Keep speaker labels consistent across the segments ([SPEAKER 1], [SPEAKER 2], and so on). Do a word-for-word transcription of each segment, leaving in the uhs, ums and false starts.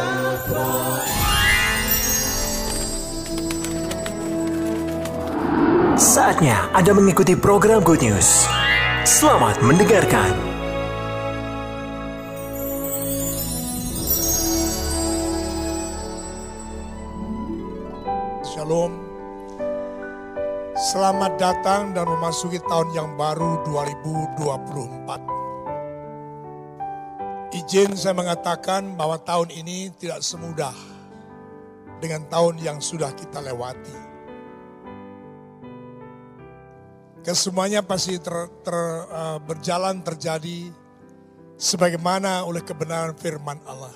[SPEAKER 1] Saatnya Anda mengikuti program Good News. Selamat mendengarkan.
[SPEAKER 2] Shalom. Selamat datang dan memasuki tahun yang baru dua ribu dua puluh empat. Izin saya mengatakan bahwa tahun ini tidak semudah dengan tahun yang sudah kita lewati. Kesemuanya pasti ter, ter, uh, berjalan terjadi sebagaimana oleh kebenaran firman Allah.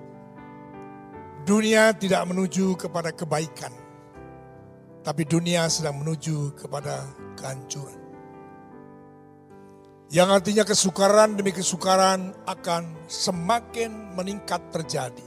[SPEAKER 2] Dunia tidak menuju kepada kebaikan, tapi dunia sedang menuju kepada kehancuran. Yang artinya kesukaran demi kesukaran akan semakin meningkat terjadi.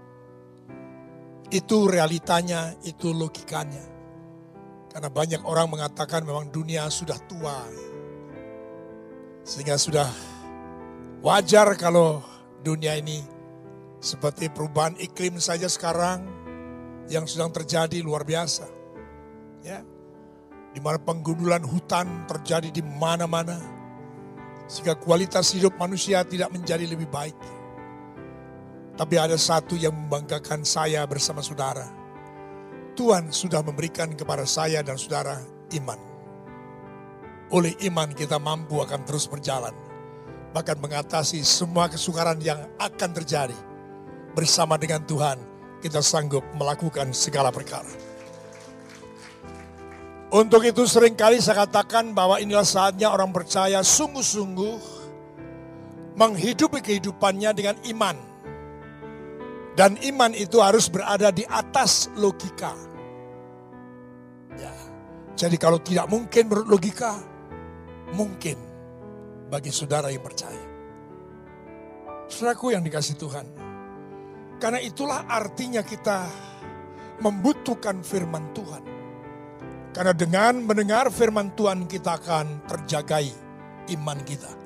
[SPEAKER 2] Itu realitanya, itu logikanya. Karena banyak orang mengatakan memang dunia sudah tua. Sehingga sudah wajar kalau dunia ini seperti perubahan iklim saja sekarang yang sedang terjadi luar biasa. Ya. Di mana penggundulan hutan terjadi di mana-mana. Sehingga kualitas hidup manusia tidak menjadi lebih baik. Tapi ada satu yang membanggakan saya bersama saudara. Tuhan sudah memberikan kepada saya dan saudara iman. Oleh iman kita mampu akan terus berjalan. Bahkan mengatasi semua kesukaran yang akan terjadi. Bersama dengan Tuhan kita sanggup melakukan segala perkara. Untuk itu seringkali saya katakan bahwa inilah saatnya orang percaya sungguh-sungguh menghidupi kehidupannya dengan iman. Dan iman itu harus berada di atas logika. Ya. Jadi kalau tidak mungkin menurut logika, mungkin bagi saudara yang percaya. Saudaraku yang dikasihi Tuhan. Karena itulah artinya kita membutuhkan firman Tuhan. Karena dengan mendengar firman Tuhan kita akan terjagai iman kita.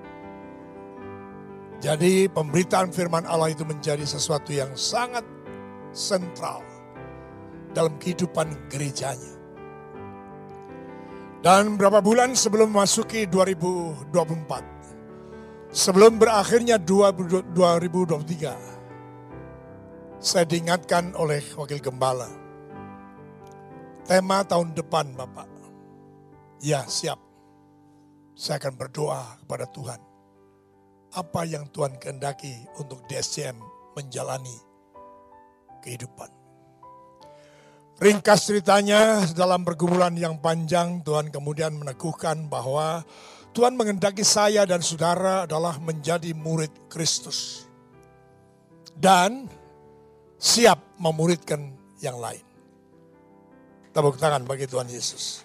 [SPEAKER 2] Jadi pemberitaan firman Allah itu menjadi sesuatu yang sangat sentral dalam kehidupan gerejanya. Dan beberapa bulan sebelum memasuki dua ribu dua puluh empat, sebelum berakhirnya dua ribu dua puluh tiga, saya diingatkan oleh wakil gembala. Tema tahun depan Bapak, ya siap, saya akan berdoa kepada Tuhan. Apa yang Tuhan kehendaki untuk D S C M menjalani kehidupan. Ringkas ceritanya, dalam pergumulan yang panjang Tuhan kemudian meneguhkan bahwa Tuhan menghendaki saya dan saudara adalah menjadi murid Kristus. Dan siap memuridkan yang lain. Tepuk tangan bagi Tuhan Yesus.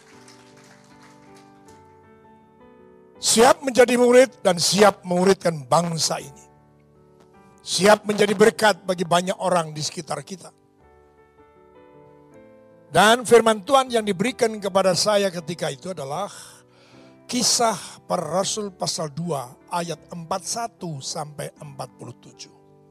[SPEAKER 2] Siap menjadi murid dan siap memuridkan bangsa ini. Siap menjadi berkat bagi banyak orang di sekitar kita. Dan firman Tuhan yang diberikan kepada saya ketika itu adalah Kisah Para Rasul pasal dua ayat empat puluh satu sampai empat puluh tujuh.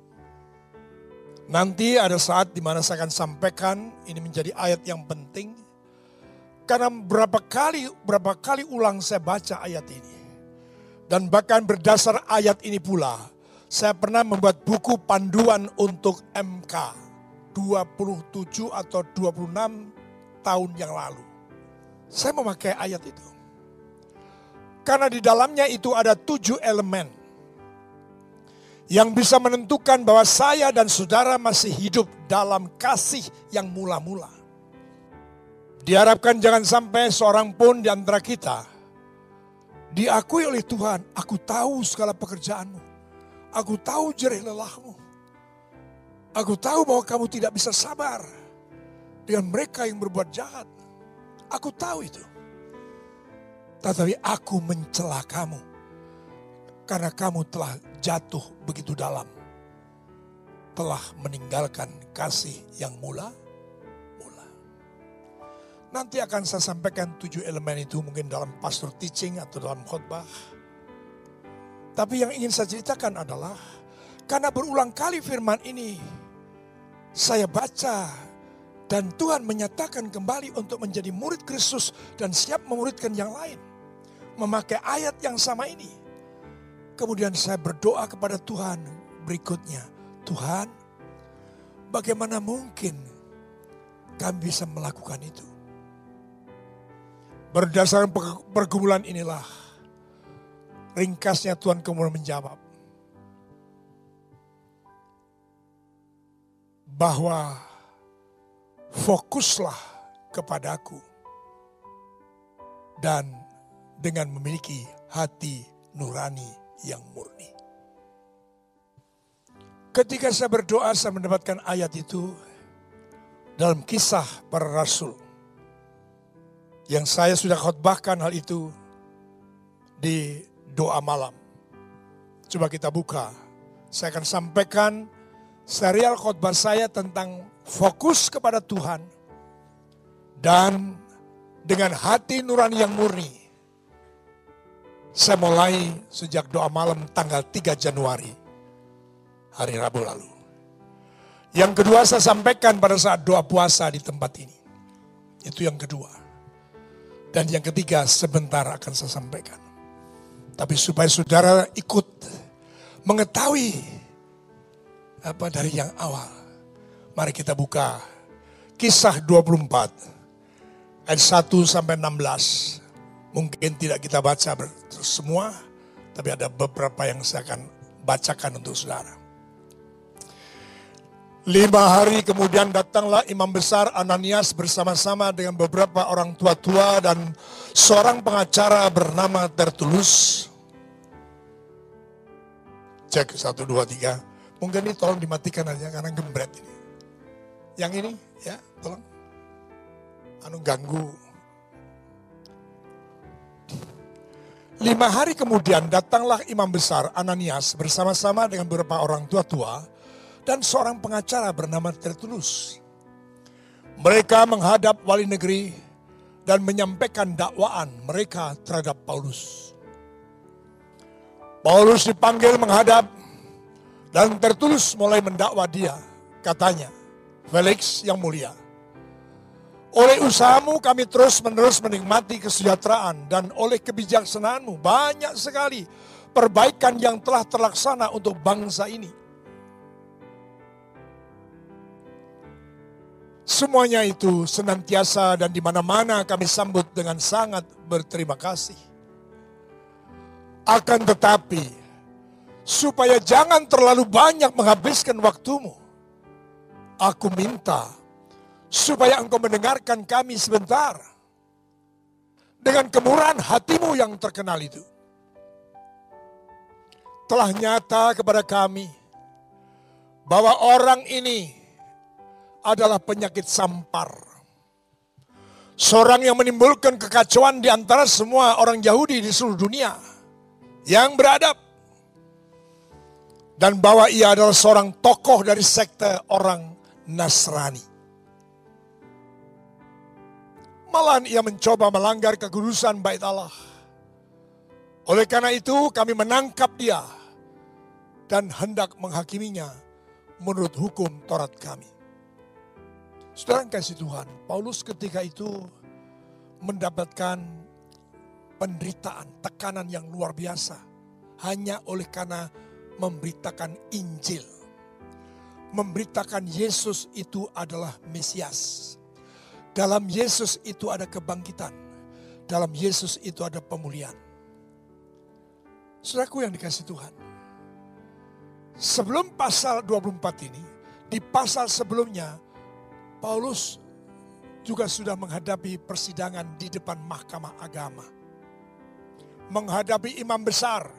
[SPEAKER 2] Nanti ada saat di mana saya akan sampaikan, ini menjadi ayat yang penting. Karena berapa kali, berapa kali ulang saya baca ayat ini. Dan bahkan berdasar ayat ini pula, saya pernah membuat buku panduan untuk M K dua puluh tujuh atau dua puluh enam tahun yang lalu. Saya memakai ayat itu. Karena di dalamnya itu ada tujuh elemen yang bisa menentukan bahwa saya dan saudara masih hidup dalam kasih yang mula-mula. Diharapkan jangan sampai seorang pun di antara kita diakui oleh Tuhan, aku tahu segala pekerjaanmu. Aku tahu jerih lelahmu. Aku tahu bahwa kamu tidak bisa sabar dengan mereka yang berbuat jahat. Aku tahu itu. Tetapi aku mencela kamu. Karena kamu telah jatuh begitu dalam. Telah meninggalkan kasih yang mula. Nanti akan saya sampaikan tujuh elemen itu mungkin dalam pastor teaching atau dalam khotbah. Tapi yang ingin saya ceritakan adalah karena berulang kali firman ini saya baca dan Tuhan menyatakan kembali untuk menjadi murid Kristus dan siap memuridkan yang lain. Memakai ayat yang sama ini. Kemudian saya berdoa kepada Tuhan berikutnya. Tuhan, bagaimana mungkin kami bisa melakukan itu? Berdasarkan pergumulan inilah, ringkasnya Tuhan kemudian menjawab. Bahwa fokuslah kepadaku dan dengan memiliki hati nurani yang murni. Ketika saya berdoa, saya mendapatkan ayat itu dalam Kisah Para Rasul. Yang saya sudah khotbahkan hal itu di doa malam. Coba kita buka. Saya akan sampaikan serial khotbah saya tentang fokus kepada Tuhan dan dengan hati nurani yang murni. Saya mulai sejak doa malam tanggal tiga Januari, hari Rabu lalu. Yang kedua saya sampaikan pada saat doa puasa di tempat ini. Itu yang kedua. Dan yang ketiga sebentar akan saya sampaikan. Tapi supaya saudara ikut mengetahui apa dari yang awal. Mari kita buka Kisah dua puluh empat ayat satu sampai enam belas. Mungkin tidak kita baca semua, tapi ada beberapa yang saya akan bacakan untuk saudara. Lima hari kemudian datanglah imam besar Ananias bersama-sama dengan beberapa orang tua-tua dan seorang pengacara bernama Tertulus. Cek satu, dua, tiga. Mungkin ini tolong dimatikan aja karena gembret ini. Yang ini ya tolong. Anu ganggu. Lima hari kemudian datanglah imam besar Ananias bersama-sama dengan beberapa orang tua-tua dan seorang pengacara bernama Tertulus. Mereka menghadap wali negeri dan menyampaikan dakwaan mereka terhadap Paulus. Paulus dipanggil menghadap dan Tertulus mulai mendakwa dia, katanya, Felix yang mulia, oleh usahamu kami terus-menerus menikmati kesejahteraan dan oleh kebijaksanaanmu banyak sekali perbaikan yang telah terlaksana untuk bangsa ini. Semuanya itu senantiasa dan di mana-mana kami sambut dengan sangat berterima kasih. Akan tetapi, supaya jangan terlalu banyak menghabiskan waktumu, aku minta supaya engkau mendengarkan kami sebentar. Dengan kemurahan hatimu yang terkenal itu. Telah nyata kepada kami bahwa orang ini adalah penyakit sampar. Seorang yang menimbulkan kekacauan di antara semua orang Yahudi di seluruh dunia yang beradab. Dan bahwa ia adalah seorang tokoh dari sekte orang Nasrani. Malahan ia mencoba melanggar kekudusan bait Allah. Oleh karena itu kami menangkap dia dan hendak menghakiminya menurut hukum Taurat kami. Saudara kasih Tuhan, Paulus ketika itu mendapatkan penderitaan, tekanan yang luar biasa. Hanya oleh karena memberitakan Injil. Memberitakan Yesus itu adalah Mesias. Dalam Yesus itu ada kebangkitan. Dalam Yesus itu ada pemulihan. Saudaraku yang dikasih Tuhan. Sebelum pasal dua puluh empat ini, di pasal sebelumnya, Paulus juga sudah menghadapi persidangan di depan mahkamah agama. Menghadapi imam besar.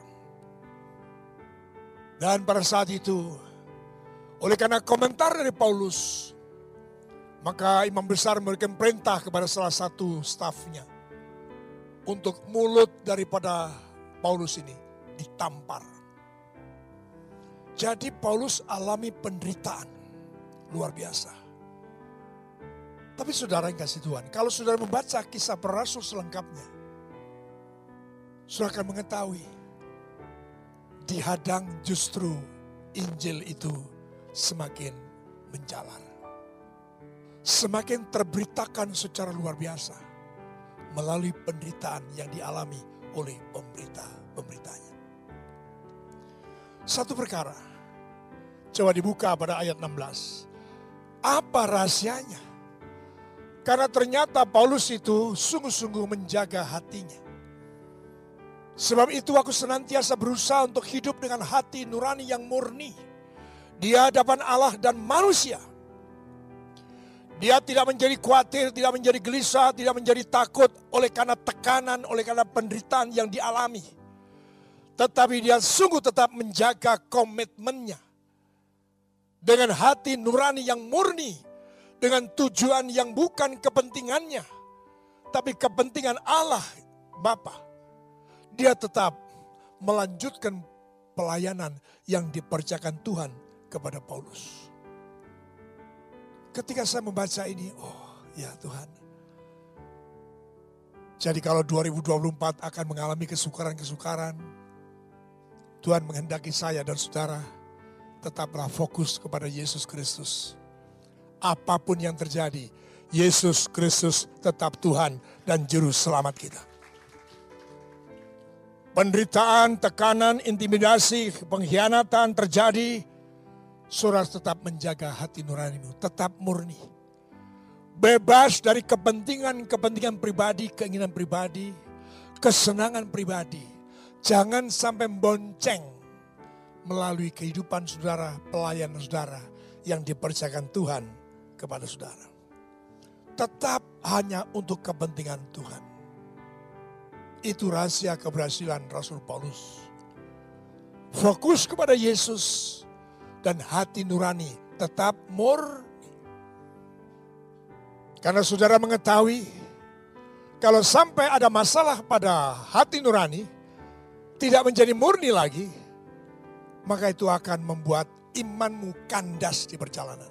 [SPEAKER 2] Dan pada saat itu, oleh karena komentar dari Paulus, maka imam besar memberikan perintah kepada salah satu stafnya untuk mulut daripada Paulus ini ditampar. Jadi Paulus alami penderitaan luar biasa. Tapi saudara yang kasih Tuhan, kalau saudara membaca Kisah Para Rasul selengkapnya, saudara akan mengetahui dihadang justru Injil itu semakin menjalar. semakin terberitakan secara luar biasa melalui penderitaan yang dialami oleh pemberita-pemberitanya. Satu perkara, coba dibuka pada ayat enam belas. Apa rahasianya? Karena ternyata Paulus itu sungguh-sungguh menjaga hatinya. Sebab itu aku senantiasa berusaha untuk hidup dengan hati nurani yang murni di hadapan Allah dan manusia. Dia tidak menjadi khawatir, tidak menjadi gelisah, tidak menjadi takut oleh karena tekanan, oleh karena penderitaan yang dialami. Tetapi dia sungguh tetap menjaga komitmennya. Dengan hati nurani yang murni, dengan tujuan yang bukan kepentingannya, tapi kepentingan Allah Bapa. Dia tetap melanjutkan pelayanan yang dipercayakan Tuhan kepada Paulus. Ketika saya membaca ini, oh ya Tuhan. Jadi kalau dua ribu dua puluh empat akan mengalami kesukaran-kesukaran, Tuhan menghendaki saya dan saudara tetaplah fokus kepada Yesus Kristus. Apapun yang terjadi, Yesus Kristus tetap Tuhan dan Juru Selamat kita. Penderitaan, tekanan, intimidasi, pengkhianatan terjadi, saudara tetap menjaga hati nuranimu, tetap murni. Bebas dari kepentingan-kepentingan pribadi, keinginan pribadi, kesenangan pribadi. Jangan sampai bonceng melalui kehidupan saudara, pelayanan saudara yang dipercayakan Tuhan kepada saudara. Tetap hanya untuk kepentingan Tuhan. Itu rahasia keberhasilan Rasul Paulus. Fokus kepada Yesus dan hati nurani tetap murni. Karena saudara mengetahui kalau sampai ada masalah pada hati nurani, tidak menjadi murni lagi, maka itu akan membuat imanmu kandas di perjalanan.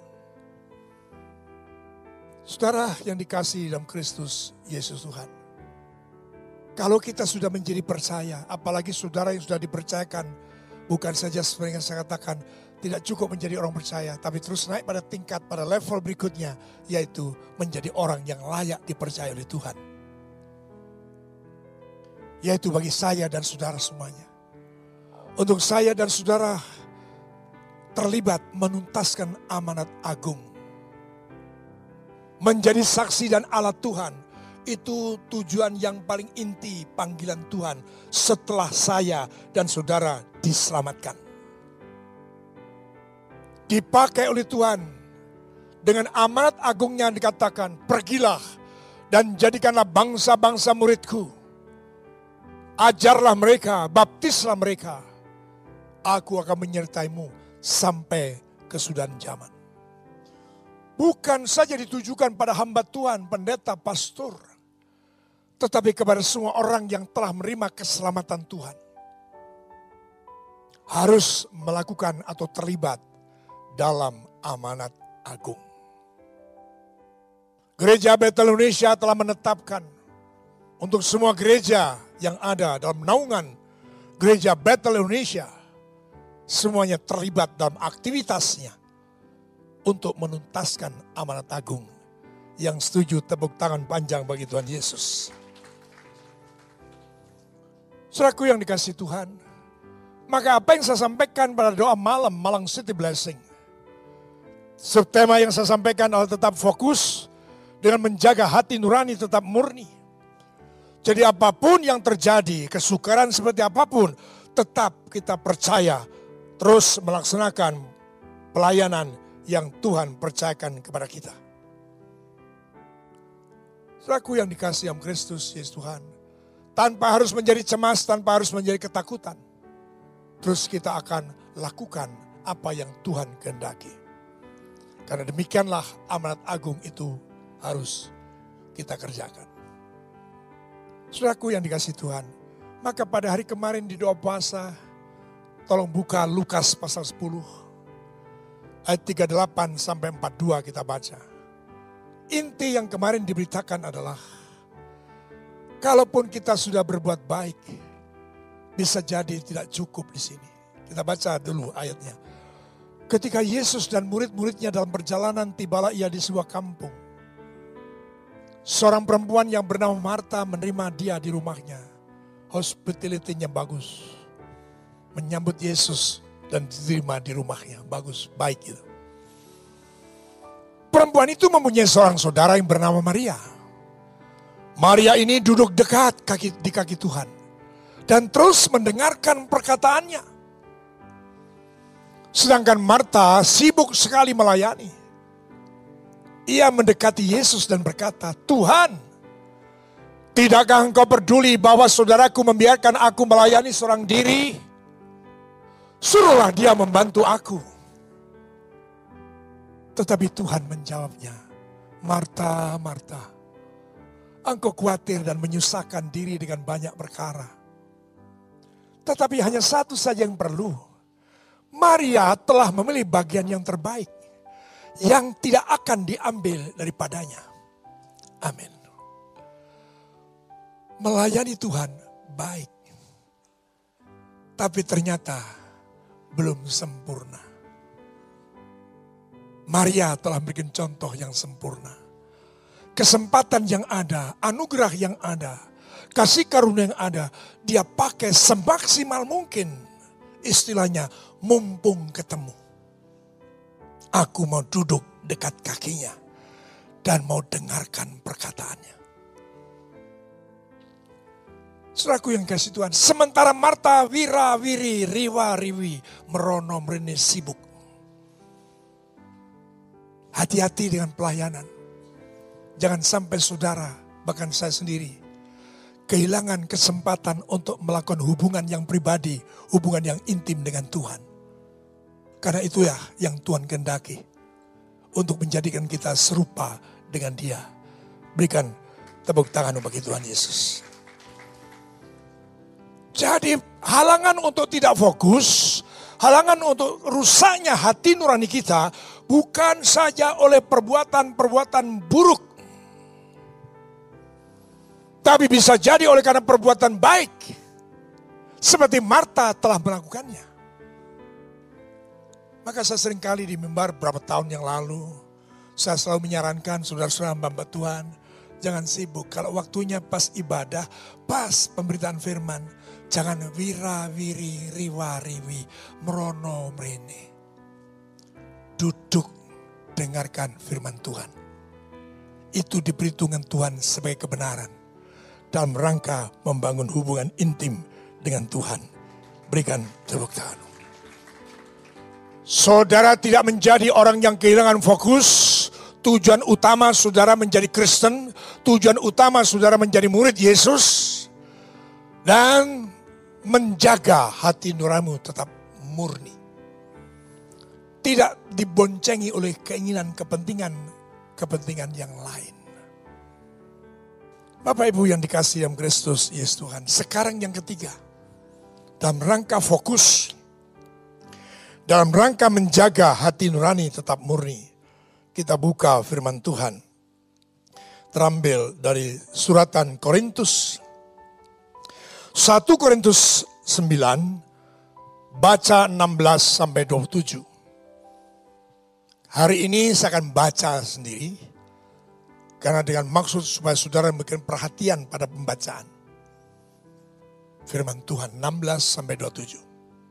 [SPEAKER 2] Saudara yang dikasihi dalam Kristus Yesus Tuhan. Kalau kita sudah menjadi percaya, apalagi saudara yang sudah dipercayakan, bukan saja seperti yang saya katakan, tidak cukup menjadi orang percaya, tapi terus naik pada tingkat, pada level berikutnya, yaitu menjadi orang yang layak dipercaya oleh Tuhan. Yaitu bagi saya dan saudara semuanya. Untuk saya dan saudara terlibat menuntaskan amanat agung. Menjadi saksi dan alat Tuhan. Itu tujuan yang paling inti panggilan Tuhan setelah saya dan saudara diselamatkan. Dipakai oleh Tuhan dengan amanat agungnya dikatakan, pergilah dan jadikanlah bangsa-bangsa muridku. Ajarlah mereka, baptislah mereka. Aku akan menyertaimu sampai kesudahan zaman. Bukan saja ditujukan pada hamba Tuhan, pendeta, pastor, tetapi kepada semua orang yang telah menerima keselamatan Tuhan. Harus melakukan atau terlibat dalam amanat agung. Gereja Bethel Indonesia telah menetapkan untuk semua gereja yang ada dalam naungan Gereja Bethel Indonesia, semuanya terlibat dalam aktivitasnya untuk menuntaskan amanat agung. Yang setuju tepuk tangan panjang bagi Tuhan Yesus. Saudaraku yang dikasihi Tuhan, maka apa yang saya sampaikan pada doa malam, Malang City Blessing. Subtema yang saya sampaikan adalah tetap fokus dengan menjaga hati nurani tetap murni. Jadi apapun yang terjadi, kesukaran seperti apapun, tetap kita percaya terus melaksanakan pelayanan yang Tuhan percayakan kepada kita. Saudaraku yang dikasihi dalam Kristus Yesus Tuhan. Tanpa harus menjadi cemas, tanpa harus menjadi ketakutan. Terus kita akan lakukan apa yang Tuhan kehendaki. Karena demikianlah amanat agung itu harus kita kerjakan. Saudaraku yang dikasihi Tuhan. Maka pada hari kemarin di doa puasa, tolong buka Lukas pasal sepuluh. Ayat tiga puluh delapan sampai empat puluh dua kita baca. Inti yang kemarin diberitakan adalah, kalaupun kita sudah berbuat baik, bisa jadi tidak cukup di sini. Kita baca dulu ayatnya. Ketika Yesus dan murid-muridnya dalam perjalanan, tibalah ia di sebuah kampung. Seorang perempuan yang bernama Marta menerima dia di rumahnya. Hospitality-nya bagus. Menyambut Yesus dan diterima di rumahnya. Bagus, baik itu. Perempuan itu mempunyai seorang saudara yang bernama Maria. Maria ini duduk dekat kaki, di kaki Tuhan. Dan terus mendengarkan perkataannya. Sedangkan Marta sibuk sekali melayani. Ia mendekati Yesus dan berkata, Tuhan, tidakkah engkau peduli bahwa saudaraku membiarkan aku melayani seorang diri? Suruhlah dia membantu aku. Tetapi Tuhan menjawabnya, Marta, Marta, engkau khawatir dan menyusahkan diri dengan banyak perkara. Tetapi hanya satu saja yang perlu. Maria telah memilih bagian yang terbaik, yang tidak akan diambil daripadanya. Amin. Melayani Tuhan baik, tapi ternyata belum sempurna. Maria telah memberikan contoh yang sempurna. Kesempatan yang ada, anugerah yang ada, kasih karunia yang ada, dia pakai semaksimal mungkin. Istilahnya mumpung ketemu. Aku mau duduk dekat kakinya dan mau dengarkan perkataannya. Saudaraku yang kasih Tuhan, sementara Marta wira-wiri, riwa-riwi, merono merene sibuk. Hati-hati dengan pelayanan. Jangan sampai saudara, bahkan saya sendiri, kehilangan kesempatan untuk melakukan hubungan yang pribadi, hubungan yang intim dengan Tuhan. Karena itu ya yang Tuhan kehendaki. Untuk menjadikan kita serupa dengan Dia. Berikan tepuk tangan bagi Tuhan Yesus. Jadi halangan untuk tidak fokus, halangan untuk rusaknya hati nurani kita, bukan saja oleh perbuatan-perbuatan buruk. Tapi bisa jadi oleh karena perbuatan baik. Seperti Marta telah melakukannya. Maka saya sering kali di mimbar beberapa tahun yang lalu, saya selalu menyarankan saudara-saudara hamba Tuhan, jangan sibuk. Kalau waktunya pas ibadah, pas pemberitaan firman, jangan wira-wiri, riwa-riwi, merono merene. Duduk, dengarkan firman Tuhan. Itu diperhitungkan Tuhan sebagai kebenaran. Dalam rangka membangun hubungan intim dengan Tuhan. Berikan tepuk tangan. Saudara tidak menjadi orang yang kehilangan fokus. Tujuan utama saudara menjadi Kristen. Tujuan utama saudara menjadi murid Yesus. Dan menjaga hati nuranimu tetap murni. Tidak diboncengi oleh keinginan kepentingan kepentingan yang lain. Bapak Ibu yang dikasihi dalam Kristus Yesus Tuhan. Sekarang yang ketiga. Dalam rangka fokus. Dalam rangka menjaga hati nurani tetap murni. Kita buka firman Tuhan. Terambil dari suratan Korintus. satu Korintus sembilan. Baca enam belas sampai dua puluh tujuh. Hari ini saya akan baca sendiri. Karena dengan maksud supaya saudara memberikan perhatian pada pembacaan. Firman Tuhan enam belas sampai dua puluh tujuh.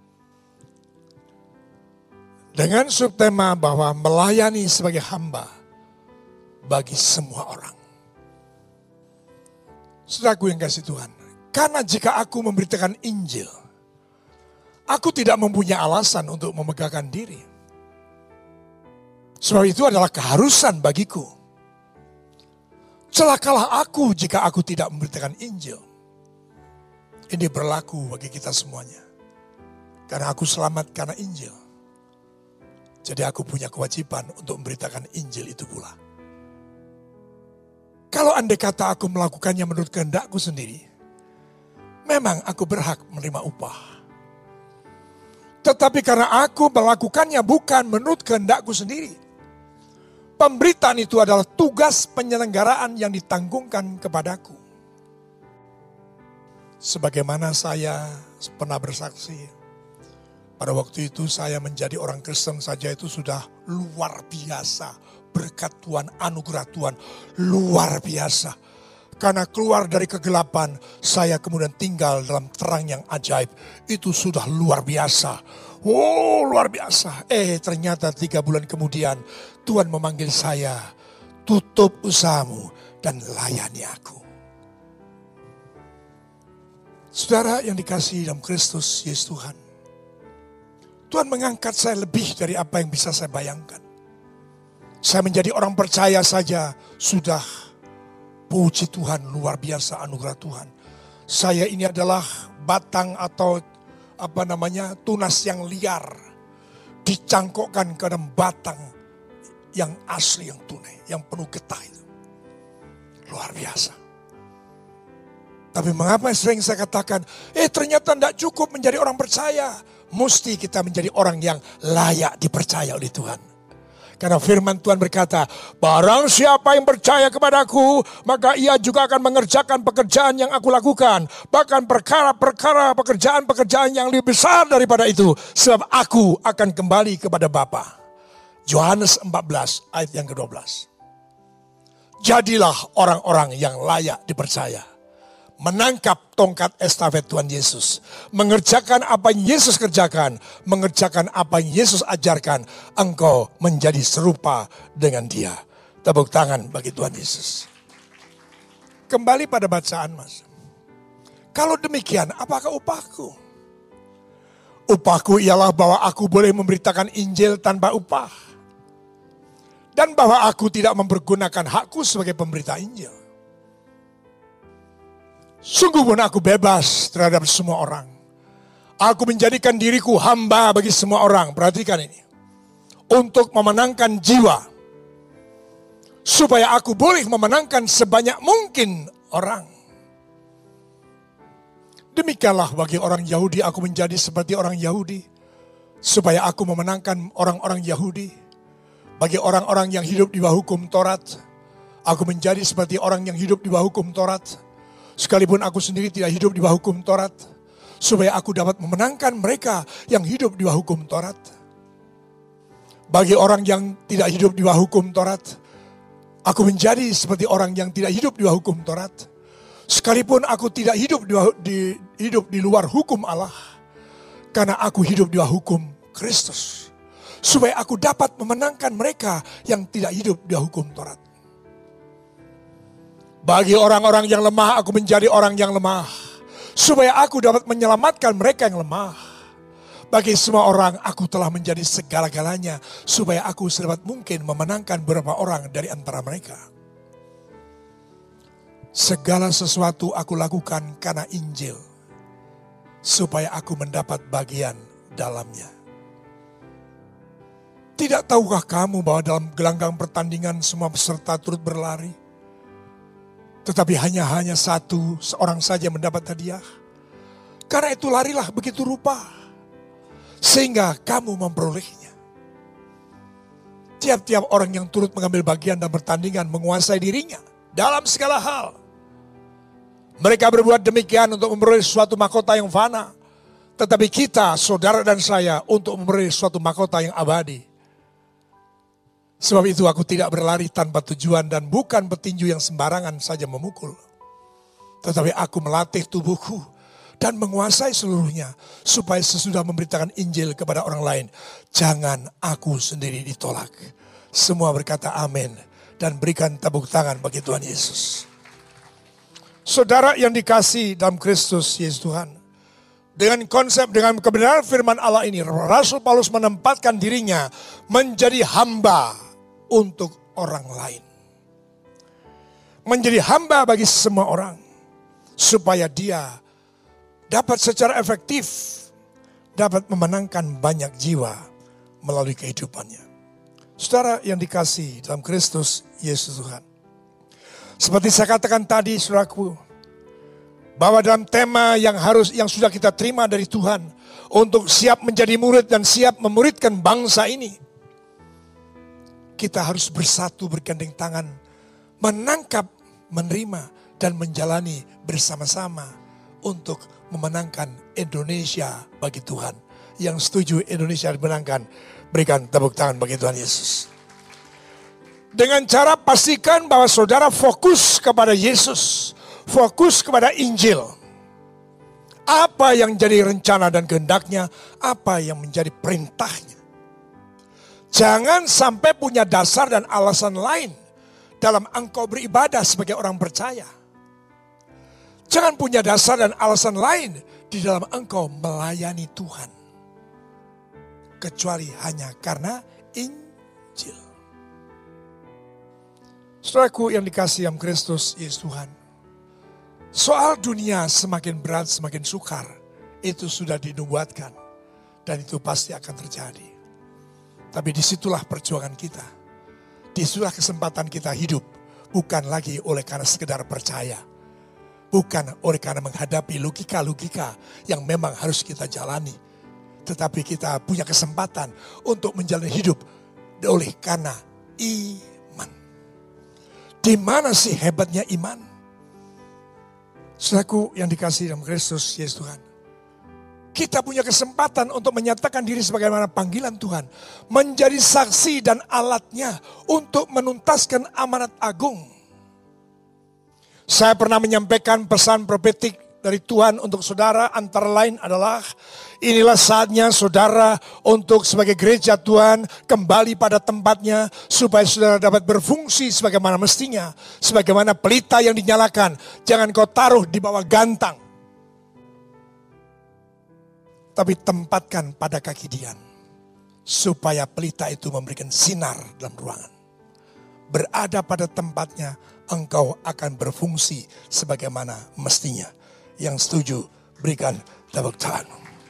[SPEAKER 2] Dengan subtema bahwa melayani sebagai hamba bagi semua orang. Saudaraku yang kasih Tuhan. Karena jika aku memberitakan Injil, aku tidak mempunyai alasan untuk memegahkan diri. Sebab itu adalah keharusan bagiku. Celakalah aku jika aku tidak memberitakan Injil. Ini berlaku bagi kita semuanya. Karena aku selamat karena Injil. Jadi aku punya kewajiban untuk memberitakan Injil itu pula. Kalau andai kata aku melakukannya menurut kehendakku sendiri, memang aku berhak menerima upah. Tetapi karena aku melakukannya bukan menurut kehendakku sendiri, pemberitaan itu adalah tugas penyelenggaraan yang ditanggungkan kepadaku. Sebagaimana saya pernah bersaksi, pada waktu itu saya menjadi orang Kristen saja itu sudah luar biasa berkat Tuhan, anugerah Tuhan luar biasa. Karena keluar dari kegelapan, saya kemudian tinggal dalam terang yang ajaib. Itu sudah luar biasa. Oh, luar biasa. Eh, ternyata tiga bulan kemudian Tuhan memanggil saya, tutup usahamu dan layani aku. Saudara yang dikasihi dalam Kristus Yesus Tuhan, Tuhan mengangkat saya lebih dari apa yang bisa saya bayangkan. Saya menjadi orang percaya saja sudah, puji Tuhan, luar biasa anugerah Tuhan. Saya ini adalah batang atau apa namanya tunas yang liar, dicangkokkan ke dalam batang yang asli, yang tunai, yang penuh getah itu. Luar biasa. Tapi mengapa sering saya katakan, eh ternyata tidak cukup menjadi orang percaya. Mesti kita menjadi orang yang layak dipercaya oleh Tuhan. Karena firman Tuhan berkata, barang siapa yang percaya kepadaku, maka ia juga akan mengerjakan pekerjaan yang aku lakukan. Bahkan perkara-perkara pekerjaan-pekerjaan yang lebih besar daripada itu. Sebab aku akan kembali kepada Bapa. Yohanes empat belas ayat yang kedua belas. Jadilah orang-orang yang layak dipercaya. Menangkap tongkat estafet Tuhan Yesus. Mengerjakan apa yang Yesus kerjakan. Mengerjakan apa yang Yesus ajarkan. Engkau menjadi serupa dengan Dia. Tepuk tangan bagi Tuhan Yesus. Kembali pada bacaan Mas. Kalau demikian, apakah upahku? Upahku ialah bahwa aku boleh memberitakan Injil tanpa upah. Dan bahwa aku tidak mempergunakan hakku sebagai pemberita Injil. Sungguh pun aku bebas terhadap semua orang. Aku menjadikan diriku hamba bagi semua orang. Perhatikan ini. Untuk memenangkan jiwa. Supaya aku boleh memenangkan sebanyak mungkin orang. Demikianlah bagi orang Yahudi aku menjadi seperti orang Yahudi. Supaya aku memenangkan orang-orang Yahudi. Bagi orang-orang yang hidup di bawah hukum Taurat. Aku menjadi seperti orang yang hidup di bawah hukum Taurat. Sekalipun aku sendiri tidak hidup di bawah hukum Taurat. Supaya aku dapat memenangkan mereka yang hidup di bawah hukum Taurat. Bagi orang yang tidak hidup di bawah hukum Taurat. Aku menjadi seperti orang yang tidak hidup di bawah hukum Taurat. Sekalipun aku tidak hidup di, di, hidup di luar hukum Allah. Karena aku hidup di bawah hukum Kristus. Supaya aku dapat memenangkan mereka yang tidak hidup di bawah hukum Taurat. Bagi orang-orang yang lemah, aku menjadi orang yang lemah. Supaya aku dapat menyelamatkan mereka yang lemah. Bagi semua orang, aku telah menjadi segala-galanya. Supaya aku sedapat mungkin memenangkan beberapa orang dari antara mereka. Segala sesuatu aku lakukan karena Injil. Supaya aku mendapat bagian dalamnya. Tidak tahukah kamu bahwa dalam gelanggang pertandingan semua peserta turut berlari? Tetapi hanya-hanya satu, seorang saja mendapat hadiah. Karena itu larilah begitu rupa. Sehingga kamu memperolehnya. Tiap-tiap orang yang turut mengambil bagian dalam pertandingan menguasai dirinya. Dalam segala hal. Mereka berbuat demikian untuk memperoleh suatu mahkota yang fana. Tetapi kita, saudara dan saya, untuk memperoleh suatu mahkota yang abadi. Sebab itu aku tidak berlari tanpa tujuan dan bukan petinju yang sembarangan saja memukul. Tetapi aku melatih tubuhku dan menguasai seluruhnya. Supaya sesudah memberitakan Injil kepada orang lain, jangan aku sendiri ditolak. Semua berkata amin dan berikan tepuk tangan bagi Tuhan Yesus. Saudara yang dikasihi dalam Kristus Yesus Tuhan. Dengan konsep, dengan kebenaran firman Allah ini, Rasul Paulus menempatkan dirinya menjadi hamba untuk orang lain. Menjadi hamba bagi semua orang. Supaya dia dapat secara efektif, dapat memenangkan banyak jiwa melalui kehidupannya. Saudara yang dikasihi dalam Kristus Yesus Tuhan. Seperti saya katakan tadi, saudaraku, bahwa dalam tema yang harus yang sudah kita terima dari Tuhan untuk siap menjadi murid dan siap memuridkan bangsa ini, kita harus bersatu bergandeng tangan, menangkap, menerima dan menjalani bersama-sama untuk memenangkan Indonesia bagi Tuhan. Yang setuju Indonesia dimenangkan, berikan tepuk tangan bagi Tuhan Yesus. Dengan cara pastikan bahwa saudara fokus kepada Yesus. Fokus kepada Injil. Apa yang jadi rencana dan kehendaknya, apa yang menjadi perintahnya. Jangan sampai punya dasar dan alasan lain dalam engkau beribadah sebagai orang percaya. Jangan punya dasar dan alasan lain di dalam engkau melayani Tuhan. Kecuali hanya karena Injil. Saudaraku yang dikasihi dalam Kristus Yesus Tuhan. Soal dunia semakin berat, semakin sukar, itu sudah dinubuatkan. Dan itu pasti akan terjadi. Tapi disitulah perjuangan kita. Disitulah kesempatan kita hidup. Bukan lagi oleh karena sekedar percaya. Bukan oleh karena menghadapi logika-logika yang memang harus kita jalani. Tetapi kita punya kesempatan untuk menjalani hidup oleh karena iman. Di mana sih hebatnya iman? Saudaraku yang dikasihi dalam Kristus Yesus Tuhan. Kita punya kesempatan untuk menyatakan diri sebagaimana panggilan Tuhan. Menjadi saksi dan alatnya untuk menuntaskan amanat agung. Saya pernah menyampaikan pesan profetik dari Tuhan untuk saudara, antara lain adalah inilah saatnya saudara untuk sebagai gereja Tuhan kembali pada tempatnya supaya saudara dapat berfungsi sebagaimana mestinya. Sebagaimana pelita yang dinyalakan, jangan kau taruh di bawah gantang. Tapi tempatkan pada kaki Dian supaya pelita itu memberikan sinar dalam ruangan. Berada pada tempatnya, engkau akan berfungsi sebagaimana mestinya. Yang setuju, berikan tepuk tangan.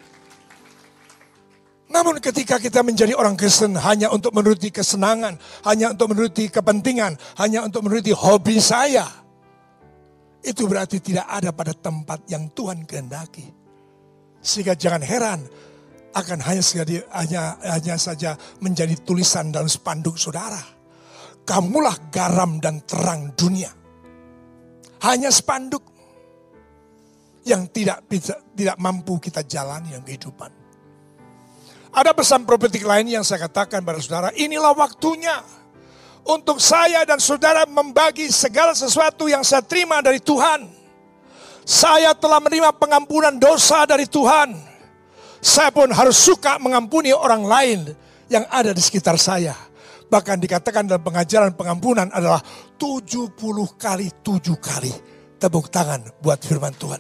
[SPEAKER 2] Namun ketika kita menjadi orang Kristen hanya untuk menuruti kesenangan, hanya untuk menuruti kepentingan, hanya untuk menuruti hobi saya, itu berarti tidak ada pada tempat yang Tuhan kehendaki. Sehingga jangan heran akan hanya, hanya, hanya saja menjadi tulisan dalam spanduk saudara. Kamulah garam dan terang dunia. Hanya spanduk. Yang tidak bisa, tidak mampu kita jalani dalam kehidupan. Ada pesan profetik lain yang saya katakan pada saudara, inilah waktunya untuk saya dan saudara membagi segala sesuatu yang saya terima dari Tuhan. Saya telah menerima pengampunan dosa dari Tuhan. Saya pun harus suka mengampuni orang lain yang ada di sekitar saya. Bahkan dikatakan dalam pengajaran pengampunan adalah tujuh puluh kali tujuh kali. Tepuk tangan buat firman Tuhan.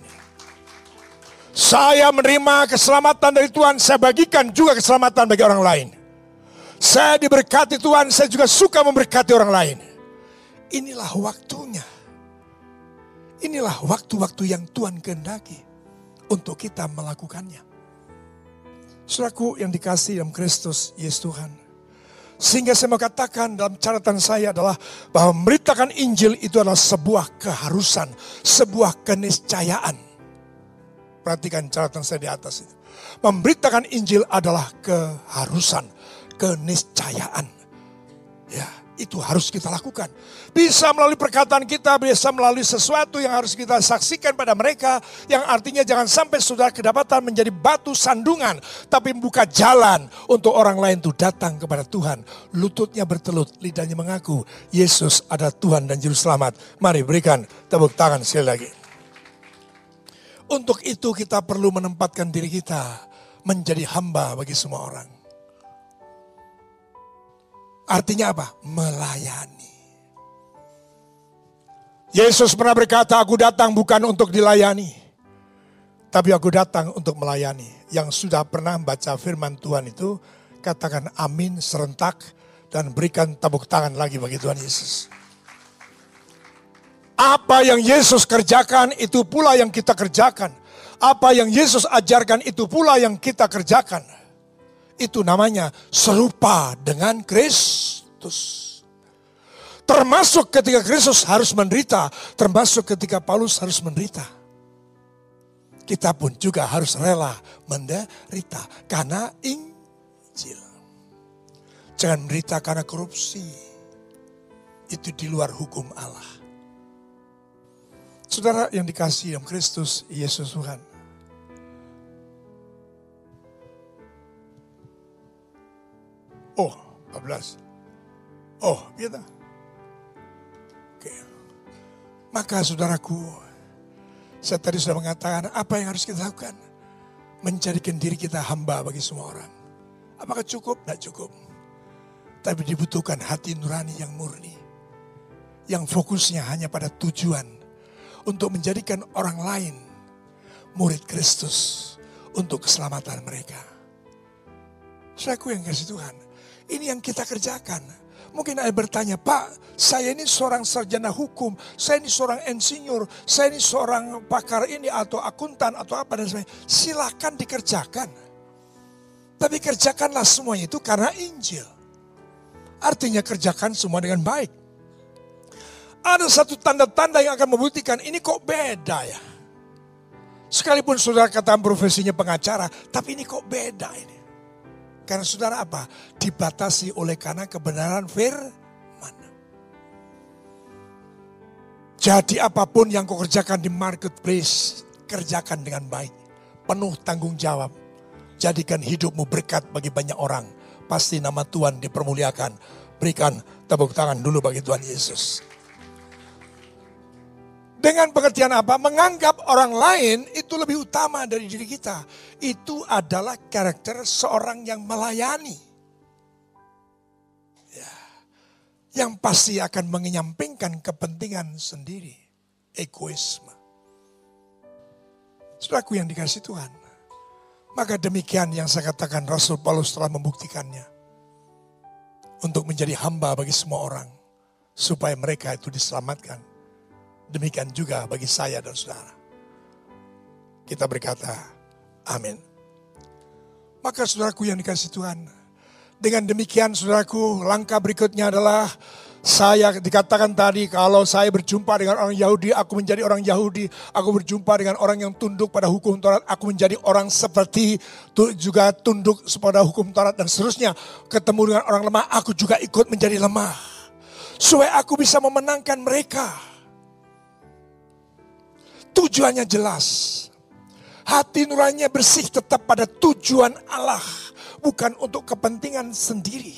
[SPEAKER 2] Saya menerima keselamatan dari Tuhan, saya bagikan juga keselamatan bagi orang lain. Saya diberkati Tuhan, saya juga suka memberkati orang lain. Inilah waktunya. Inilah waktu-waktu yang Tuhan kehendaki untuk kita melakukannya. Saudaraku yang dikasihi dalam Kristus Yesus Tuhan. Sehingga saya mau katakan dalam catatan saya adalah bahwa memberitakan Injil itu adalah sebuah keharusan, sebuah keniscayaan. Perhatikan catatan saya di atas itu. Memberitakan Injil adalah keharusan, keniscayaan. Ya, itu harus kita lakukan. Bisa melalui perkataan kita, bisa melalui sesuatu yang harus kita saksikan pada mereka. Yang artinya jangan sampai saudara kedapatan menjadi batu sandungan. Tapi membuka jalan untuk orang lain itu datang kepada Tuhan. Lututnya bertelut, lidahnya mengaku Yesus adalah Tuhan dan Juru Selamat. Mari berikan tepuk tangan sekali lagi. Untuk itu kita perlu menempatkan diri kita menjadi hamba bagi semua orang. Artinya apa? Melayani. Yesus pernah berkata, aku datang bukan untuk dilayani, tapi aku datang untuk melayani. Yang sudah pernah membaca firman Tuhan itu, katakan amin serentak dan berikan tepuk tangan lagi bagi Tuhan Yesus. Apa yang Yesus kerjakan itu pula yang kita kerjakan. Apa yang Yesus ajarkan itu pula yang kita kerjakan. Itu namanya serupa dengan Kristus. Termasuk ketika Kristus harus menderita, termasuk ketika Paulus harus menderita. Kita pun juga harus rela menderita karena Injil. Jangan menderita karena korupsi. Itu di luar hukum Allah. Saudara yang dikasihi dalam Kristus Yesus Tuhan. Oh, empat belas. Oh, gitu. Oke. Maka saudaraku, saya tadi sudah mengatakan apa yang harus kita lakukan. Menjadikan diri kita hamba bagi semua orang. Apakah cukup? Tidak cukup. Tapi dibutuhkan hati nurani yang murni. Yang fokusnya hanya pada tujuan. Untuk menjadikan orang lain murid Kristus. Untuk keselamatan mereka. Saudaraku yang kasih Tuhan. Ini yang kita kerjakan. Mungkin ada bertanya, Pak, saya ini seorang sarjana hukum, saya ini seorang insinyur, saya ini seorang pakar ini atau akuntan atau apa dan sebagainya. Silakan dikerjakan. Tapi kerjakanlah semuanya itu karena Injil. Artinya kerjakan semua dengan baik. Ada satu tanda-tanda yang akan membuktikan ini kok beda ya. Sekalipun saudara katakan profesinya pengacara, tapi ini kok beda ini. Karena saudara apa? Dibatasi oleh karena kebenaran firman. Jadi apapun yang kau kerjakan di marketplace, kerjakan dengan baik. Penuh tanggung jawab. Jadikan hidupmu berkat bagi banyak orang. Pasti nama Tuhan dipermuliakan. Berikan tepuk tangan dulu bagi Tuhan Yesus. Dengan pengertian apa? Menganggap orang lain itu lebih utama dari diri kita. Itu adalah karakter seorang yang melayani. Ya. Yang pasti akan mengenyampingkan kepentingan sendiri. Egoisme. Saudaraku yang dikasihi Tuhan. Maka demikian yang saya katakan Rasul Paulus telah membuktikannya. Untuk menjadi hamba bagi semua orang. Supaya mereka itu diselamatkan. Demikian juga bagi saya dan saudara. Kita berkata, amin. Maka saudaraku yang dikasihi Tuhan. Dengan demikian saudaraku, langkah berikutnya adalah saya dikatakan tadi kalau saya berjumpa dengan orang Yahudi, aku menjadi orang Yahudi. Aku berjumpa dengan orang yang tunduk pada hukum Taurat, aku menjadi orang seperti juga tunduk pada hukum Taurat dan seterusnya. Ketemu dengan orang lemah, aku juga ikut menjadi lemah. Supaya aku bisa memenangkan mereka. Tujuannya jelas. Hati nuraninya bersih tetap pada tujuan Allah. Bukan untuk kepentingan sendiri.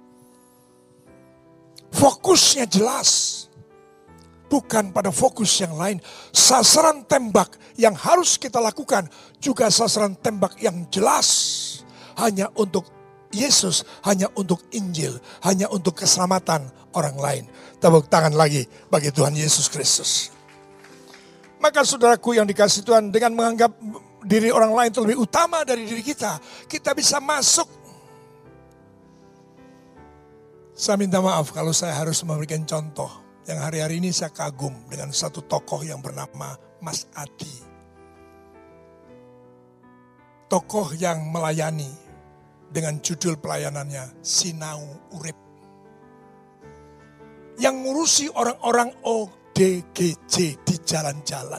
[SPEAKER 2] Fokusnya jelas. Bukan pada fokus yang lain. Sasaran tembak yang harus kita lakukan. Juga sasaran tembak yang jelas. Hanya untuk Yesus. Hanya untuk Injil. Hanya untuk keselamatan orang lain. Tepuk tangan lagi bagi Tuhan Yesus Kristus. Maka saudaraku yang dikasihi Tuhan, dengan menganggap diri orang lain itu lebih utama dari diri kita, kita bisa masuk. Saya minta maaf kalau saya harus memberikan contoh. Yang hari-hari ini saya kagum dengan satu tokoh yang bernama Mas Adi. Tokoh yang melayani dengan judul pelayanannya Sinau Urip. Yang ngurusi orang-orang O D G J di jalan-jalan.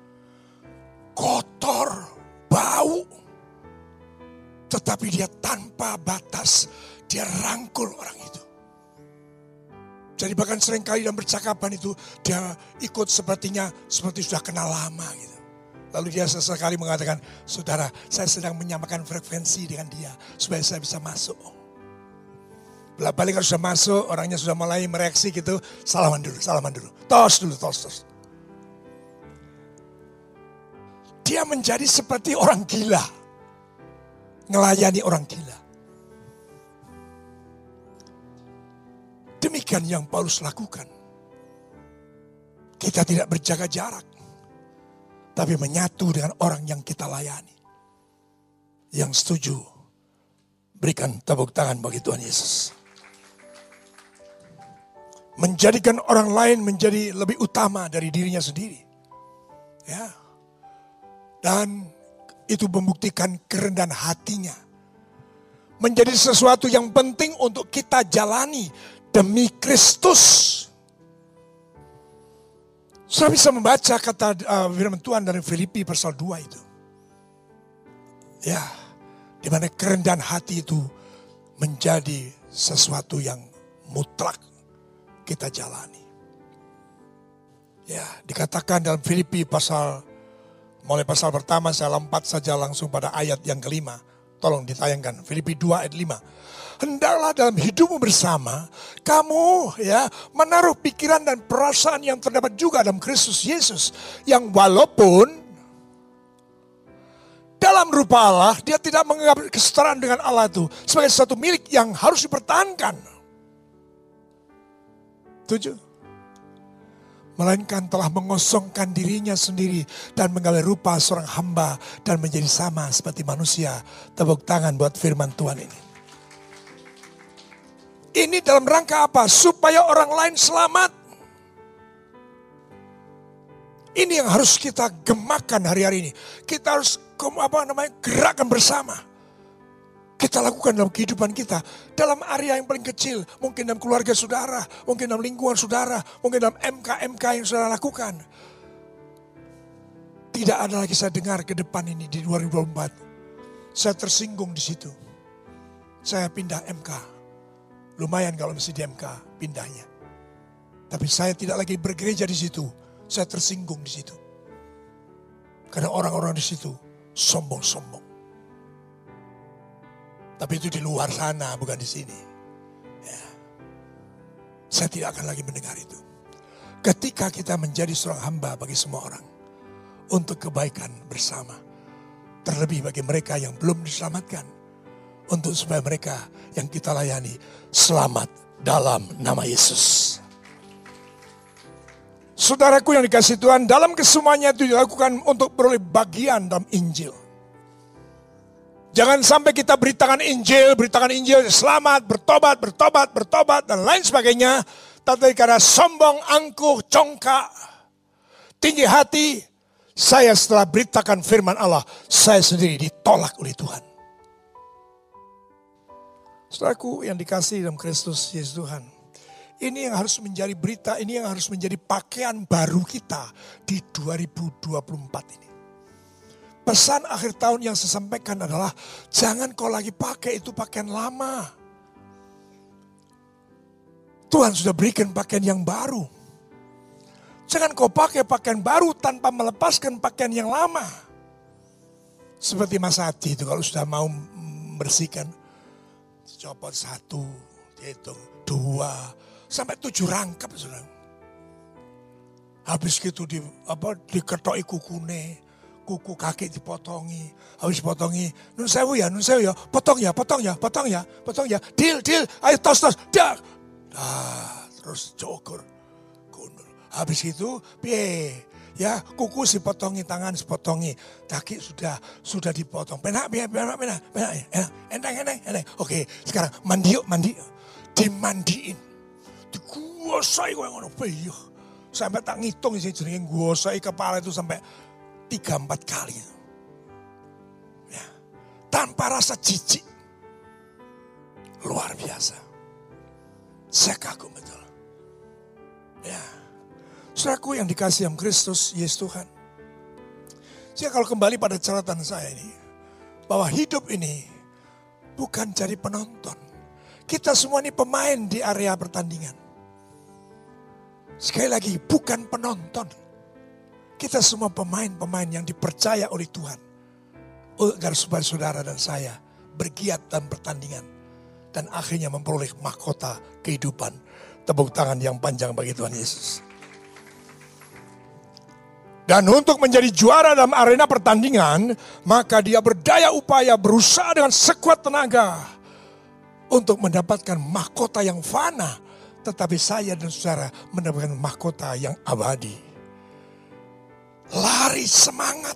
[SPEAKER 2] Kotor, bau. Tetapi dia tanpa batas, dia rangkul orang itu. Jadi bahkan seringkali dalam percakapan itu, dia ikut sepertinya, seperti sudah kenal lama gitu. Lalu dia sesekali mengatakan, saudara saya sedang menyamakan frekuensi dengan dia, supaya saya bisa masuk. Bila balik harus sudah masuk, orangnya sudah mulai mereaksi gitu, salaman dulu, salaman dulu. Tos dulu, tos, tos. Dia menjadi seperti orang gila. Ngelayani orang gila. Demikian yang Paulus lakukan. Kita tidak berjaga jarak. Tapi menyatu dengan orang yang kita layani. Yang setuju, berikan tepuk tangan bagi Tuhan Yesus. Menjadikan orang lain menjadi lebih utama dari dirinya sendiri. Ya. Dan itu membuktikan kerendahan hatinya. Menjadi sesuatu yang penting untuk kita jalani demi Kristus. Saya bisa membaca kata uh, firman Tuhan dari Filipi pasal dua itu. Ya, di mana kerendahan hati itu menjadi sesuatu yang mutlak kita jalani. Ya, dikatakan dalam Filipi pasal, mulai pasal pertama saya lompat saja langsung pada ayat yang kelima. Tolong ditayangkan, Filipi dua ayat lima. Hendaklah dalam hidupmu bersama, kamu ya menaruh pikiran dan perasaan yang terdapat juga dalam Kristus Yesus. Yang walaupun dalam rupa Allah, dia tidak menganggap kesetaraan dengan Allah itu sebagai satu milik yang harus dipertahankan. Tujuh. Melainkan telah mengosongkan dirinya sendiri dan mengambil rupa seorang hamba dan menjadi sama seperti manusia. Tepuk tangan buat firman Tuhan ini. Ini dalam rangka apa? Supaya orang lain selamat. Ini yang harus kita gemakan hari-hari ini. Kita harus apa namanya gerakkan bersama. Kita lakukan dalam kehidupan kita. Dalam area yang paling kecil. Mungkin dalam keluarga saudara. Mungkin dalam lingkungan saudara. Mungkin dalam M K M K yang saudara lakukan. Tidak ada lagi saya dengar ke depan ini di dua ribu dua puluh empat. Saya tersinggung di situ. Saya pindah M K. Lumayan kalau masih di M K pindahnya. Tapi saya tidak lagi bergereja di situ. Saya tersinggung di situ. Karena orang-orang di situ sombong-sombong. Tapi itu di luar sana, bukan di sini. Ya. Saya tidak akan lagi mendengar itu. Ketika kita menjadi seorang hamba bagi semua orang. Untuk kebaikan bersama. Terlebih bagi mereka yang belum diselamatkan. Untuk supaya mereka yang kita layani selamat dalam nama Yesus. Saudaraku yang dikasihi Tuhan, dalam kesemuanya itu dilakukan untuk beroleh bagian dalam Injil. Jangan sampai kita beritakan Injil, beritakan Injil, selamat, bertobat, bertobat, bertobat, dan lain sebagainya. Tapi karena sombong, angkuh, congkak, tinggi hati, saya setelah beritakan firman Allah, saya sendiri ditolak oleh Tuhan. Saudaraku yang dikasihi dalam Kristus Yesus Tuhan. Ini yang harus menjadi berita, ini yang harus menjadi pakaian baru kita di dua ribu dua puluh empat ini. Pesan akhir tahun yang saya sampaikan adalah jangan kau lagi pakai itu pakaian lama. Tuhan sudah berikan pakaian yang baru. Jangan kau pakai pakaian baru tanpa melepaskan pakaian yang lama. Seperti Mas Adi itu kalau sudah mau membersihkan. Copot satu, dihitung dua, sampai tujuh rangkap. Saudara. Habis gitu di, apa, diketoki kukune. Kuku kaki dipotongi, habis potongi, nun sewu ya, nun sewu ya, potong ya, potong ya, potong ya, potong ya, deal, deal, ayo tos, tos, dak, ah, terus cukur, gundul, habis itu, piye, ya, kuku dipotongi, tangan dipotongi, kaki sudah, sudah dipotong, penak, penak, penak, penak, penak, enak, enteng, enteng, enteng, oke, sekarang mandi yuk, mandi, dimandiin, diguasai kau yang ngono, piye, sampai tak ngitung sih, jenenge guasai kepala itu sampai Tiga empat kali. Ya. Tanpa rasa jijik. Luar biasa. Saya kagum betul. Ya. Saudaraku yang dikasihi Kristus Yesus Tuhan. Saya kalau kembali pada catatan saya ini. Bahwa hidup ini bukan jadi penonton. Kita semua ini pemain di area pertandingan. Sekali lagi bukan penonton. Kita semua pemain-pemain yang dipercaya oleh Tuhan. Agar supaya saudara dan saya bergiat dalam pertandingan. Dan akhirnya memperoleh mahkota kehidupan. Tepuk tangan yang panjang bagi Tuhan Yesus. Dan untuk menjadi juara dalam arena pertandingan. Maka dia berdaya upaya berusaha dengan sekuat tenaga. Untuk mendapatkan mahkota yang fana. Tetapi saya dan saudara mendapatkan mahkota yang abadi. Lari semangat.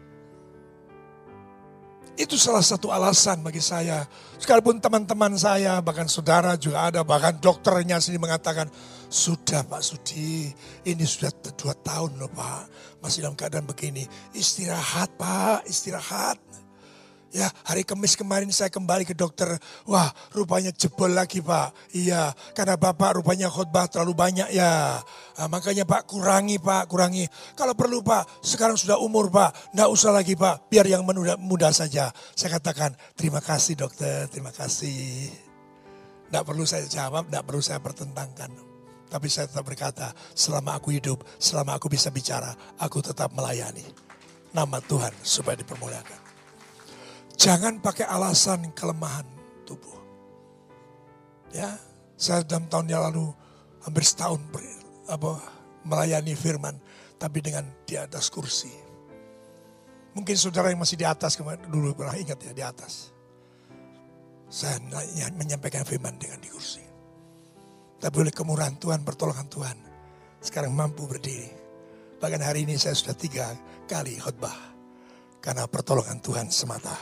[SPEAKER 2] Itu salah satu alasan bagi saya. Sekalipun teman-teman saya, bahkan saudara juga ada, bahkan dokternya sendiri mengatakan, sudah Pak Sudi, ini sudah dua tahun loh Pak, masih dalam keadaan begini. Istirahat Pak, istirahat. Ya, hari Kamis kemarin saya kembali ke dokter. Wah, rupanya jebol lagi Pak. Iya, karena Bapak rupanya khotbah terlalu banyak ya. Nah, makanya Pak kurangi Pak, kurangi. Kalau perlu Pak, sekarang sudah umur Pak. Nggak usah lagi Pak, biar yang muda, muda saja. Saya katakan, terima kasih dokter, terima kasih. Nggak perlu saya jawab, nggak perlu saya pertentangkan. Tapi saya tetap berkata, selama aku hidup, selama aku bisa bicara, aku tetap melayani. Nama Tuhan supaya dipermuliakan. Jangan pakai alasan kelemahan tubuh. Ya, saya dalam tahun yang lalu hampir setahun ber, apa, melayani firman, tapi dengan di atas kursi. Mungkin saudara yang masih di atas kemarin dulu pernah ingat ya, di atas. Saya menyampaikan firman dengan di kursi. Tapi oleh kemurahan Tuhan, pertolongan Tuhan, sekarang mampu berdiri. Bahkan hari ini saya sudah tiga kali khotbah karena pertolongan Tuhan semata.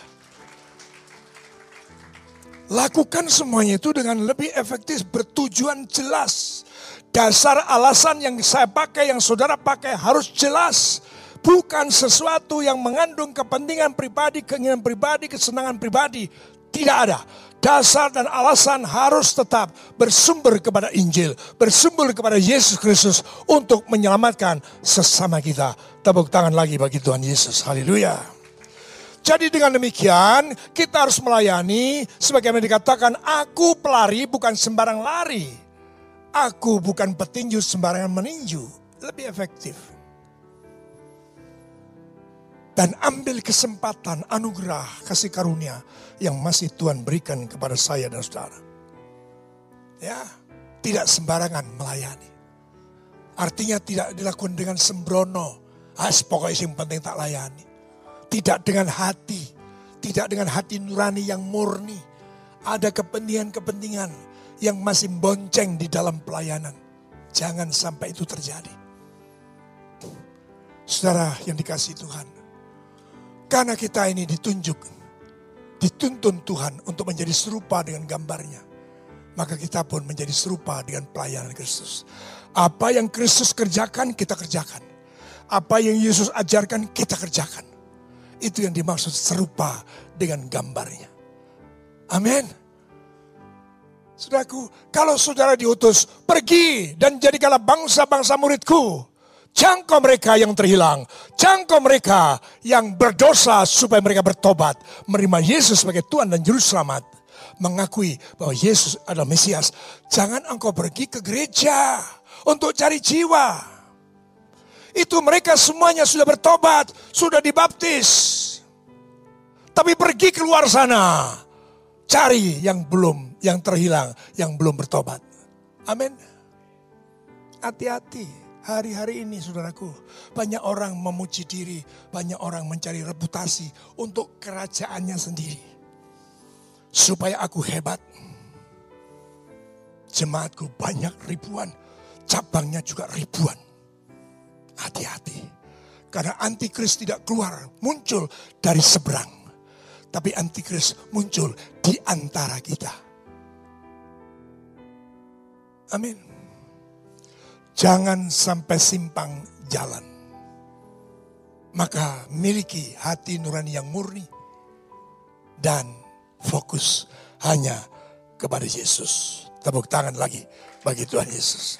[SPEAKER 2] Lakukan semuanya itu dengan lebih efektif, bertujuan jelas. Dasar alasan yang saya pakai, yang saudara pakai harus jelas. Bukan sesuatu yang mengandung kepentingan pribadi, keinginan pribadi, kesenangan pribadi. Tidak ada. Dasar dan alasan harus tetap bersumber kepada Injil. Bersumber kepada Yesus Kristus untuk menyelamatkan sesama kita. Tepuk tangan lagi bagi Tuhan Yesus. Haleluya. Jadi dengan demikian kita harus melayani sebagaimana dikatakan, aku pelari bukan sembarang lari. Aku bukan petinju sembarangan meninju. Lebih efektif. Dan ambil kesempatan, anugerah, kasih karunia yang masih Tuhan berikan kepada saya dan saudara. Ya, tidak sembarangan melayani. Artinya tidak dilakukan dengan sembrono. Ah, pokoknya yang penting tak layani. Tidak dengan hati, tidak dengan hati nurani yang murni. Ada kepentingan-kepentingan yang masih bonceng di dalam pelayanan. Jangan sampai itu terjadi. Saudara yang dikasihi Tuhan. Karena kita ini ditunjuk, dituntun Tuhan untuk menjadi serupa dengan gambarnya. Maka kita pun menjadi serupa dengan pelayanan Kristus. Apa yang Kristus kerjakan, kita kerjakan. Apa yang Yesus ajarkan, kita kerjakan. Itu yang dimaksud serupa dengan gambarnya. Amin. Saudaraku, kalau saudara diutus, pergi dan jadikanlah bangsa-bangsa muridku. Jangkau mereka yang terhilang. Jangkau mereka yang berdosa supaya mereka bertobat. Menerima Yesus sebagai Tuhan dan Juru Selamat. Mengakui bahwa Yesus adalah Mesias. Jangan engkau pergi ke gereja untuk cari jiwa. Itu mereka semuanya sudah bertobat, sudah dibaptis. Tapi pergi keluar sana, cari yang belum, yang terhilang, yang belum bertobat. Amin. Hati-hati, hari-hari ini saudaraku, banyak orang memuji diri, banyak orang mencari reputasi untuk kerajaannya sendiri. Supaya aku hebat. Jemaatku banyak ribuan, cabangnya juga ribuan. Hati-hati, karena antikris tidak keluar, muncul dari seberang. Tapi antikris muncul di antara kita. Amin. Jangan sampai simpang jalan. Maka miliki hati nurani yang murni. Dan fokus hanya kepada Yesus. Tepuk tangan lagi bagi Tuhan Yesus.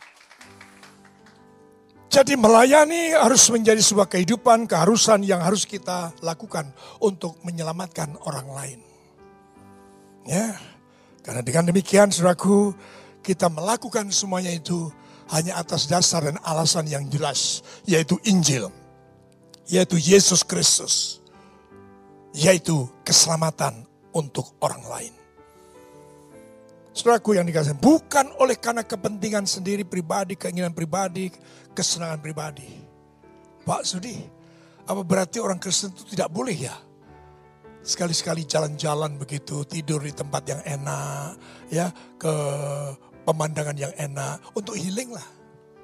[SPEAKER 2] Jadi melayani harus menjadi sebuah kehidupan, keharusan yang harus kita lakukan untuk menyelamatkan orang lain. Ya, karena dengan demikian saudaraku, kita melakukan semuanya itu hanya atas dasar dan alasan yang jelas, yaitu Injil, yaitu Yesus Kristus, yaitu keselamatan untuk orang lain. Saudaraku yang dikasihi, bukan oleh karena kepentingan sendiri pribadi, keinginan pribadi, kesenangan pribadi. Pak Sudi, apa berarti orang Kristen itu tidak boleh ya? Sekali-sekali jalan-jalan begitu, tidur di tempat yang enak, ya, ke pemandangan yang enak, untuk healing lah.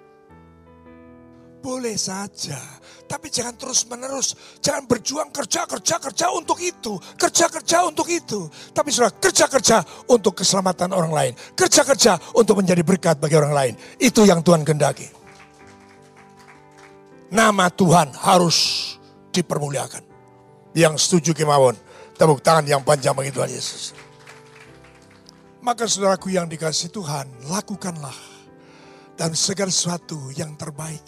[SPEAKER 2] Boleh saja, tapi jangan terus-menerus. Jangan berjuang kerja-kerja-kerja untuk itu. Kerja-kerja untuk itu. Tapi saudara, kerja-kerja untuk keselamatan orang lain. Kerja-kerja untuk menjadi berkat bagi orang lain. Itu yang Tuhan kehendaki. Nama Tuhan harus dipermuliakan. Yang setuju kemauan, tepuk tangan yang panjang bagi Tuhan Yesus. Maka saudaraku yang dikasihi Tuhan, lakukanlah dan segala sesuatu yang terbaik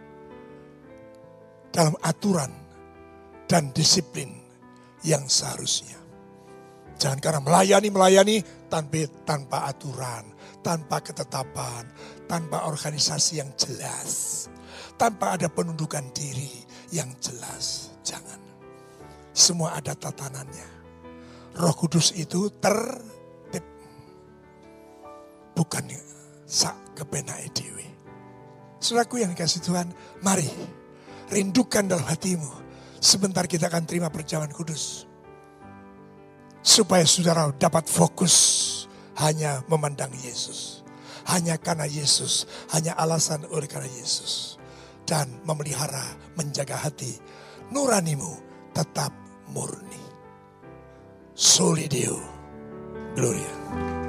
[SPEAKER 2] dalam aturan dan disiplin yang seharusnya. Jangan karena melayani-melayani tanpa, tanpa aturan, tanpa ketetapan, tanpa organisasi yang jelas, tanpa ada penundukan diri yang jelas. Jangan. Semua ada tatanannya. Roh Kudus itu tertib. Bukan sak kepenake dhewe. Saudaraku yang dikasih Tuhan, mari rindukan dalam hatimu. Sebentar kita akan terima perjamuan kudus. Supaya saudara dapat fokus hanya memandang Yesus. Hanya karena Yesus, hanya alasan oleh karena Yesus. Dan memelihara, menjaga hati nuranimu tetap murni. Soli Deo Gloria.